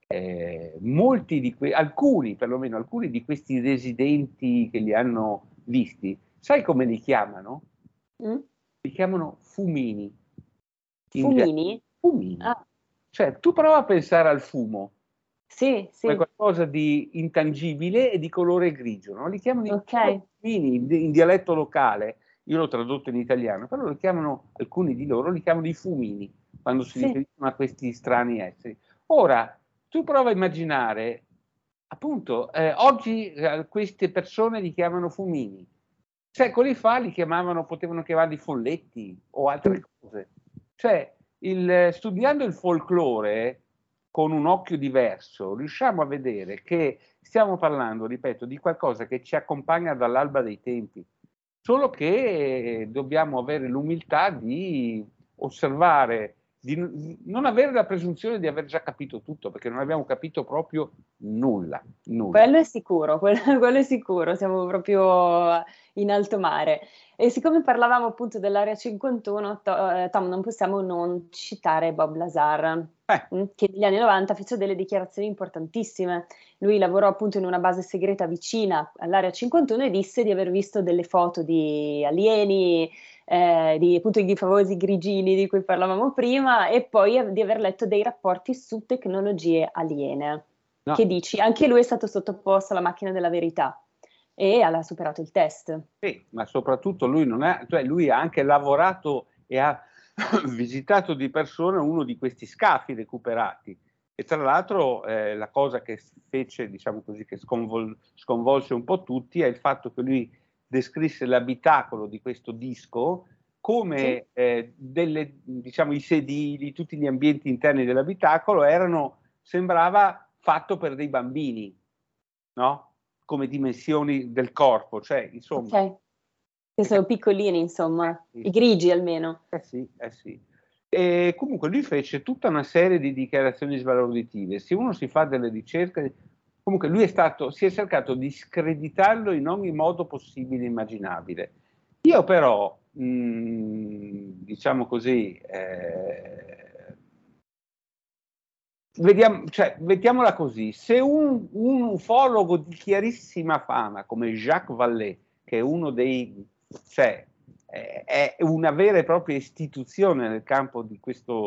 perlomeno alcuni di questi residenti che li hanno visti, sai come li chiamano? Li chiamano fumini. Fumini? Fumini. Ah. Cioè, tu prova a pensare al fumo. Sì. Come qualcosa di intangibile e di colore grigio, no? Li chiamano fumini in dialetto locale. Io l'ho tradotto in italiano, però alcuni di loro li chiamano i fumini quando si riferiscono a questi strani esseri. Ora, tu prova a immaginare, appunto, oggi queste persone li chiamano fumini. Secoli fa potevano chiamarli folletti o altre cose. Cioè, studiando il folklore con un occhio diverso, riusciamo a vedere che stiamo parlando, ripeto, di qualcosa che ci accompagna dall'alba dei tempi, solo che dobbiamo avere l'umiltà di osservare, di non avere la presunzione di aver già capito tutto, perché non abbiamo capito proprio nulla. Quello è sicuro, siamo proprio in alto mare. E siccome parlavamo appunto dell'Area 51, Tom, non possiamo non citare Bob Lazar, che negli anni 90 fece delle dichiarazioni importantissime. Lui lavorò appunto in una base segreta vicina all'Area 51 e disse di aver visto delle foto di alieni, appunto i famosi grigini di cui parlavamo prima, e poi di aver letto dei rapporti su tecnologie aliene. No. Che dici? Anche lui è stato sottoposto alla macchina della verità e ha superato il test. Sì, ma soprattutto lui ha anche lavorato e ha visitato di persona uno di questi scafi recuperati. E tra l'altro la cosa che fece, diciamo così, che sconvolse un po' tutti è il fatto che lui descrisse l'abitacolo di questo disco come i sedili, tutti gli ambienti interni dell'abitacolo sembrava fatto per dei bambini, no? Come dimensioni del corpo, cioè insomma. Che sono piccolini, insomma, i grigi almeno. Sì. E comunque lui fece tutta una serie di dichiarazioni sbalorditive. Se uno si fa delle ricerche, comunque lui si è cercato di screditarlo in ogni modo possibile e immaginabile. Io però, diciamo così, mettiamola così, se un ufologo di chiarissima fama come Jacques Vallée, che è uno è una vera e propria istituzione nel campo di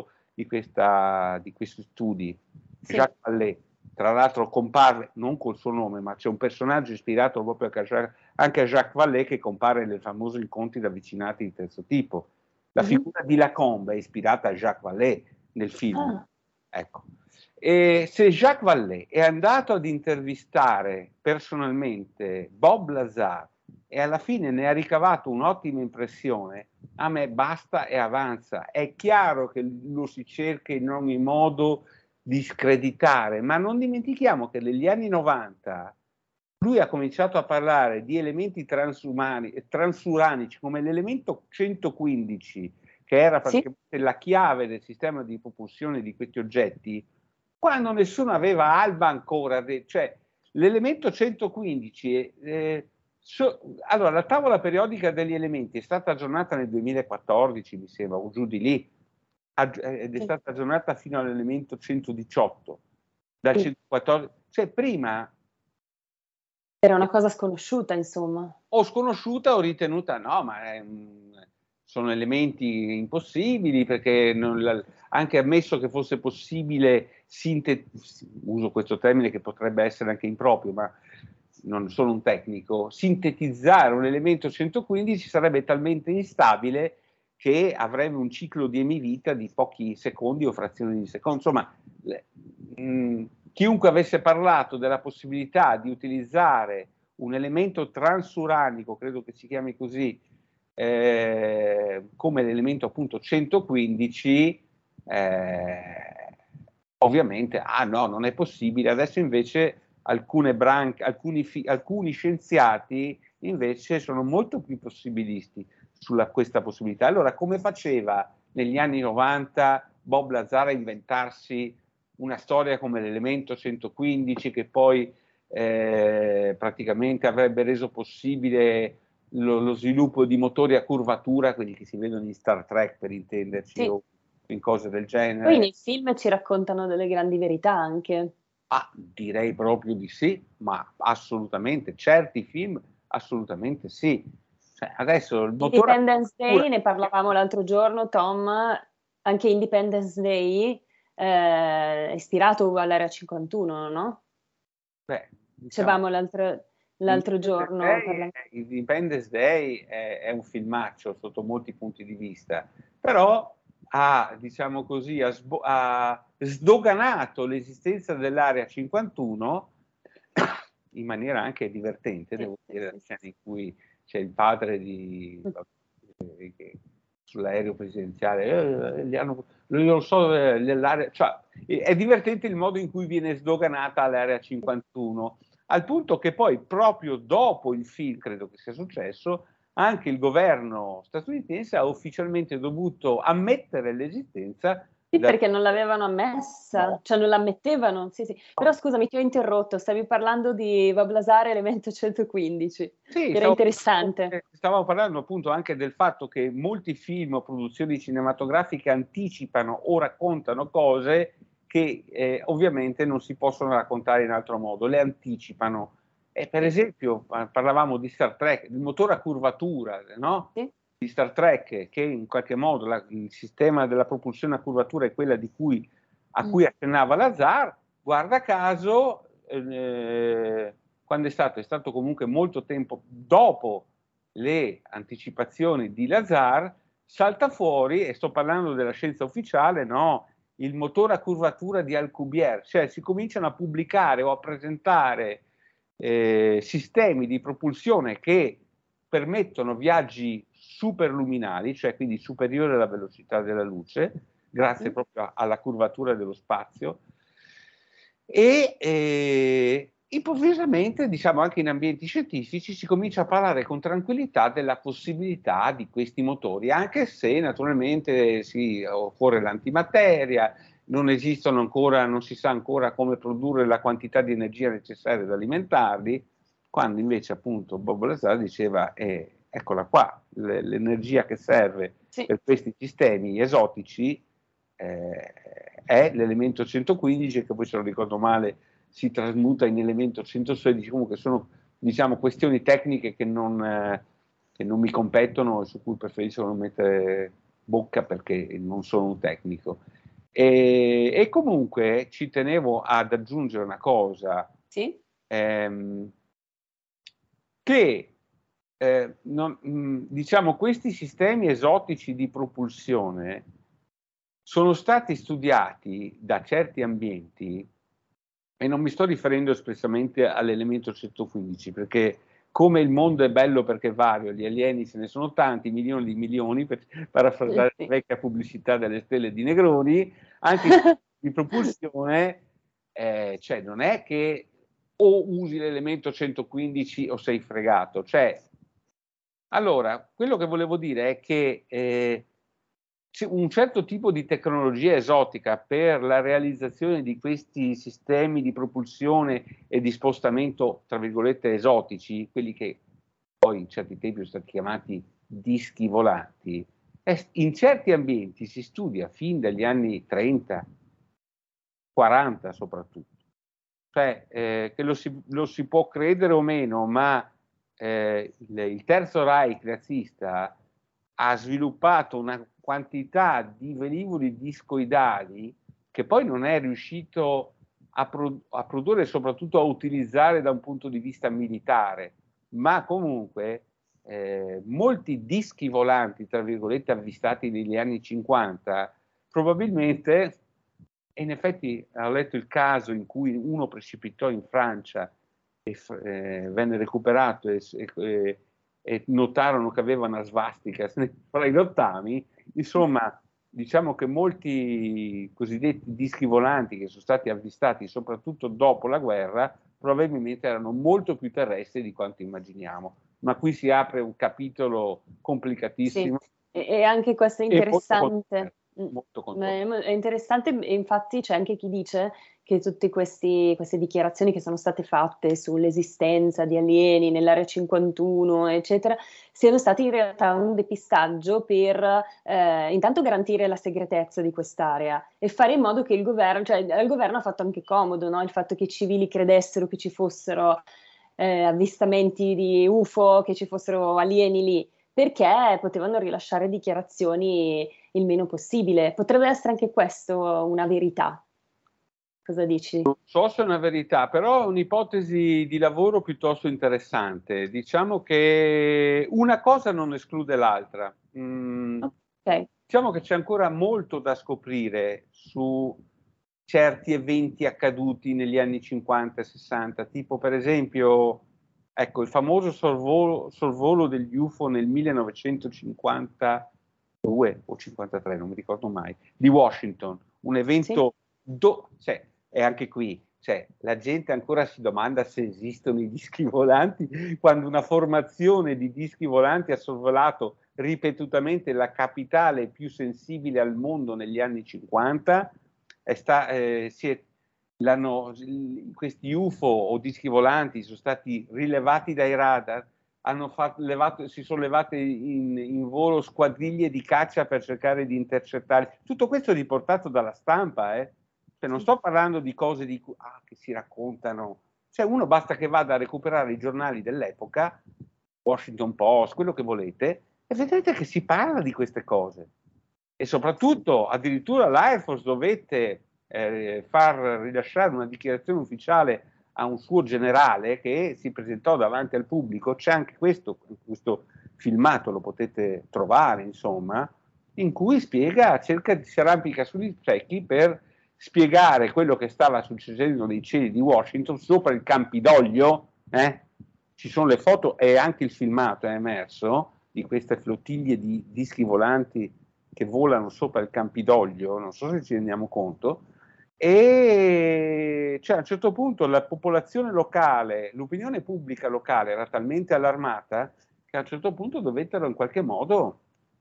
questi studi, Jacques Vallée, tra l'altro compare non col suo nome, ma c'è un personaggio ispirato proprio anche a Jacques Vallée che compare nel famoso Incontri ravvicinati di terzo tipo. La figura di Lacombe è ispirata a Jacques Vallée nel film. Ecco. E se Jacques Vallée è andato ad intervistare personalmente Bob Lazar e alla fine ne ha ricavato un'ottima impressione, a me basta e avanza. È chiaro che lo si cerca in ogni modo di screditare, ma non dimentichiamo che negli anni 90 lui ha cominciato a parlare di elementi transuranici come l'elemento 115, che era praticamente la chiave del sistema di propulsione di questi oggetti, quando nessuno aveva alba ancora, cioè l'elemento 115, allora la tavola periodica degli elementi è stata aggiornata nel 2014, mi sembra, o giù di lì, ed è stata aggiornata fino all'elemento 118, dal 114, cioè prima era una cosa sconosciuta, insomma. O sconosciuta o ritenuta, no, ma sono elementi impossibili, perché anche ammesso che fosse possibile uso questo termine che potrebbe essere anche improprio, ma non sono un tecnico, sintetizzare un elemento 115 sarebbe talmente instabile che avrebbe un ciclo di emivita di pochi secondi o frazioni di secondo. Insomma, chiunque avesse parlato della possibilità di utilizzare un elemento transuranico, credo che si chiami così, come l'elemento appunto 115, ovviamente, no, non è possibile. Adesso invece alcuni scienziati invece sono molto più possibilisti sulla questa possibilità. Allora, come faceva negli anni 90 Bob Lazar a inventarsi una storia come l'elemento 115 che poi praticamente avrebbe reso possibile lo sviluppo di motori a curvatura, quelli che si vedono in Star Trek, per intenderci, o in cose del genere. Poi nei film ci raccontano delle grandi verità anche. Direi proprio di sì, ma assolutamente, certi film assolutamente sì. Cioè, adesso il motore Independence Day, ne parlavamo l'altro giorno, Tom, anche Independence Day è ispirato all'Area 51, no? Beh, dicevamo l'altro giorno. Independence Day è un filmaccio sotto molti punti di vista, però diciamo così, ha sdoganato l'esistenza dell'Area 51 in maniera anche divertente, devo dire, la scena in cui c'è il padre sull'aereo presidenziale, lo so, cioè, è divertente il modo in cui viene sdoganata l'Area 51, al punto che poi proprio dopo il film, credo che sia successo, anche il governo statunitense ha ufficialmente dovuto ammettere l'esistenza. Sì, perché non l'avevano ammessa, no. Cioè non l'ammettevano. Sì. Però scusami, ti ho interrotto, stavi parlando di Bob Lazar, elemento 115. Sì, era interessante. Stavamo parlando appunto anche del fatto che molti film o produzioni cinematografiche anticipano o raccontano cose che ovviamente non si possono raccontare in altro modo, le anticipano. Per esempio, parlavamo di Star Trek, del motore a curvatura, no? Sì. Di Star Trek, che in qualche modo il sistema della propulsione a curvatura è quella a cui accennava Lazar. Guarda caso, quando è stato comunque molto tempo dopo le anticipazioni di Lazar, salta fuori, e sto parlando della scienza ufficiale, no? Il motore a curvatura di Alcubierre, cioè si cominciano a pubblicare o a presentare sistemi di propulsione che permettono viaggi superluminali, cioè quindi superiori alla velocità della luce, grazie proprio alla curvatura dello spazio, e improvvisamente, diciamo anche in ambienti scientifici, si comincia a parlare con tranquillità della possibilità di questi motori, anche se naturalmente occorre l'antimateria, non esistono ancora, non si sa ancora come produrre la quantità di energia necessaria ad alimentarli, quando invece appunto Bob Lazar diceva eccola qua, l'energia che serve per questi sistemi esotici è l'elemento 115, che poi, se non ricordo male, si trasmuta in elemento 116. Comunque sono, diciamo, questioni tecniche che non mi competono e su cui preferisco non mettere bocca, perché non sono un tecnico. E comunque ci tenevo ad aggiungere una cosa, che diciamo, questi sistemi esotici di propulsione sono stati studiati da certi ambienti, e non mi sto riferendo espressamente all'elemento 115, perché come il mondo è bello perché è vario, gli alieni ce ne sono tanti, milioni di milioni, per parafrasare la vecchia pubblicità delle stelle di Negroni, anche di propulsione, cioè non è che o usi l'elemento 115 o sei fregato, cioè, allora, quello che volevo dire è che un certo tipo di tecnologia esotica per la realizzazione di questi sistemi di propulsione e di spostamento, tra virgolette, esotici, quelli che poi in certi tempi sono stati chiamati dischi volanti, in certi ambienti si studia fin dagli anni 30, 40 soprattutto. Cioè, che lo si può credere o meno, ma il Terzo Reich nazista ha sviluppato una quantità di velivoli discoidali che poi non è riuscito a produrre e soprattutto a utilizzare da un punto di vista militare, ma comunque molti dischi volanti, tra virgolette, avvistati negli anni 50, probabilmente, e in effetti ho letto il caso in cui uno precipitò in Francia e venne recuperato e notarono che aveva una svastica fra i rottami. Insomma, diciamo che molti cosiddetti dischi volanti che sono stati avvistati soprattutto dopo la guerra probabilmente erano molto più terrestri di quanto immaginiamo, ma qui si apre un capitolo complicatissimo. Sì. E anche questo è interessante. Molto È interessante, e infatti c'è anche chi dice che tutte queste dichiarazioni che sono state fatte sull'esistenza di alieni nell'area 51, eccetera, siano stati in realtà un depistaggio per intanto garantire la segretezza di quest'area e fare in modo che il governo, cioè al governo ha fatto anche comodo, no? Il fatto che i civili credessero che ci fossero avvistamenti di UFO, che ci fossero alieni lì, perché potevano rilasciare dichiarazioni il meno possibile. Potrebbe essere anche questo una verità. Cosa dici? Non so se è una verità, però è un'ipotesi di lavoro piuttosto interessante. Diciamo che una cosa non esclude l'altra. Okay. Diciamo che c'è ancora molto da scoprire su certi eventi accaduti negli anni 50 e 60, tipo per esempio, ecco, il famoso sorvolo degli UFO nel 1952 o 53, non mi ricordo mai, di Washington, un evento cioè, e anche qui, cioè, la gente ancora si domanda se esistono i dischi volanti, quando una formazione di dischi volanti ha sorvolato ripetutamente la capitale più sensibile al mondo negli anni 50. Questi UFO o dischi volanti sono stati rilevati dai radar, si sono levate in volo squadriglie di caccia per cercare di intercettare. Tutto questo è riportato dalla stampa, Cioè, non sto parlando di cose che si raccontano. Cioè, uno basta che vada a recuperare i giornali dell'epoca, Washington Post, quello che volete, e vedete che si parla di queste cose. E soprattutto, addirittura l'Air Force dovette far rilasciare una dichiarazione ufficiale a un suo generale che si presentò davanti al pubblico. C'è anche questo filmato, lo potete trovare, insomma, in cui si arrampica sugli specchi per spiegare quello che stava succedendo nei cieli di Washington sopra il Campidoglio. Ci sono le foto e anche il filmato è emerso di queste flottiglie di dischi volanti che volano sopra il Campidoglio, non so se ci rendiamo conto, e cioè, a un certo punto la popolazione locale, l'opinione pubblica locale era talmente allarmata che a un certo punto dovettero in qualche modo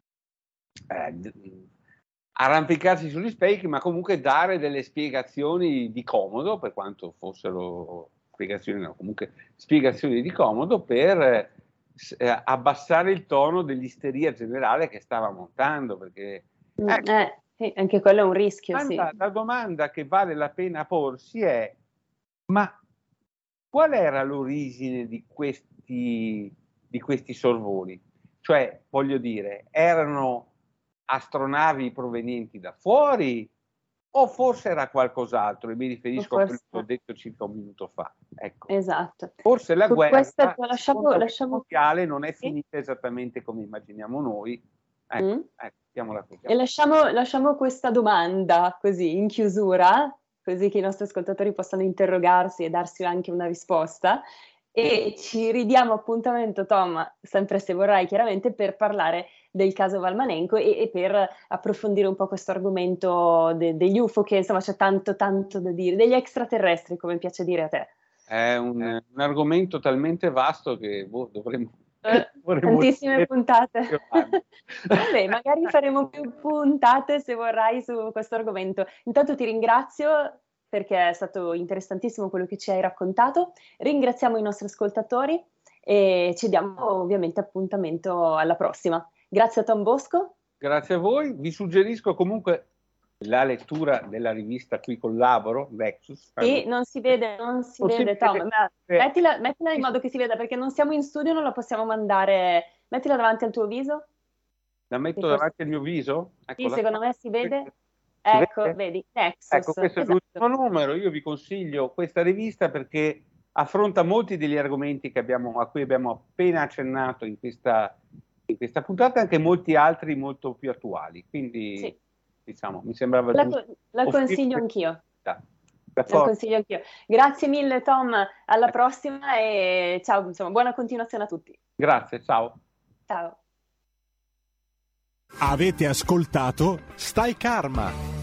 arrampicarsi sugli specchi, ma comunque dare delle spiegazioni di comodo, per quanto fossero spiegazioni di comodo per abbassare il tono dell'isteria generale che stava montando, perché anche quello è un rischio. La domanda che vale la pena porsi è: ma qual era l'origine di questi sorvoli? Cioè, voglio dire, erano astronavi provenienti da fuori o forse era qualcos'altro? E mi riferisco a quello che ho detto circa un minuto fa. Ecco. Esatto. Forse la guerra mondiale non è finita esattamente come immaginiamo noi. Ecco. Mettiamola così. E lasciamo questa domanda così in chiusura, così che i nostri ascoltatori possano interrogarsi e darsi anche una risposta. E ci ridiamo appuntamento, Tom, sempre se vorrai, chiaramente, per parlare del caso Valmanenko e per approfondire un po' questo argomento degli UFO, che insomma c'è tanto da dire, degli extraterrestri, come piace dire a te. È un argomento talmente vasto che dovremmo tantissime puntate. Vabbè, magari faremo più puntate se vorrai su questo argomento. Intanto ti ringrazio perché è stato interessantissimo quello che ci hai raccontato. Ringraziamo i nostri ascoltatori e ci diamo ovviamente appuntamento alla prossima. Grazie a Tom Bosco. Grazie a voi. Vi suggerisco comunque la lettura della rivista a cui collaboro, Nexus. Sì, non si vede Tom, ma mettila in modo che si veda, perché non siamo in studio, non la possiamo mandare. Mettila davanti al tuo viso. La metto davanti al mio viso? Sì, secondo me si vede. Ecco, vedi, Nexus. Ecco, questo è l'ultimo numero. Io vi consiglio questa rivista perché affronta molti degli argomenti a cui abbiamo appena accennato in questa puntata, anche molti altri molto più attuali. Quindi, sì, diciamo, mi sembrava la consiglio anch'io. La consiglio anch'io. Grazie mille, Tom. Alla prossima e ciao, insomma, buona continuazione a tutti. Grazie, ciao. Ciao. Avete ascoltato Stai Karma.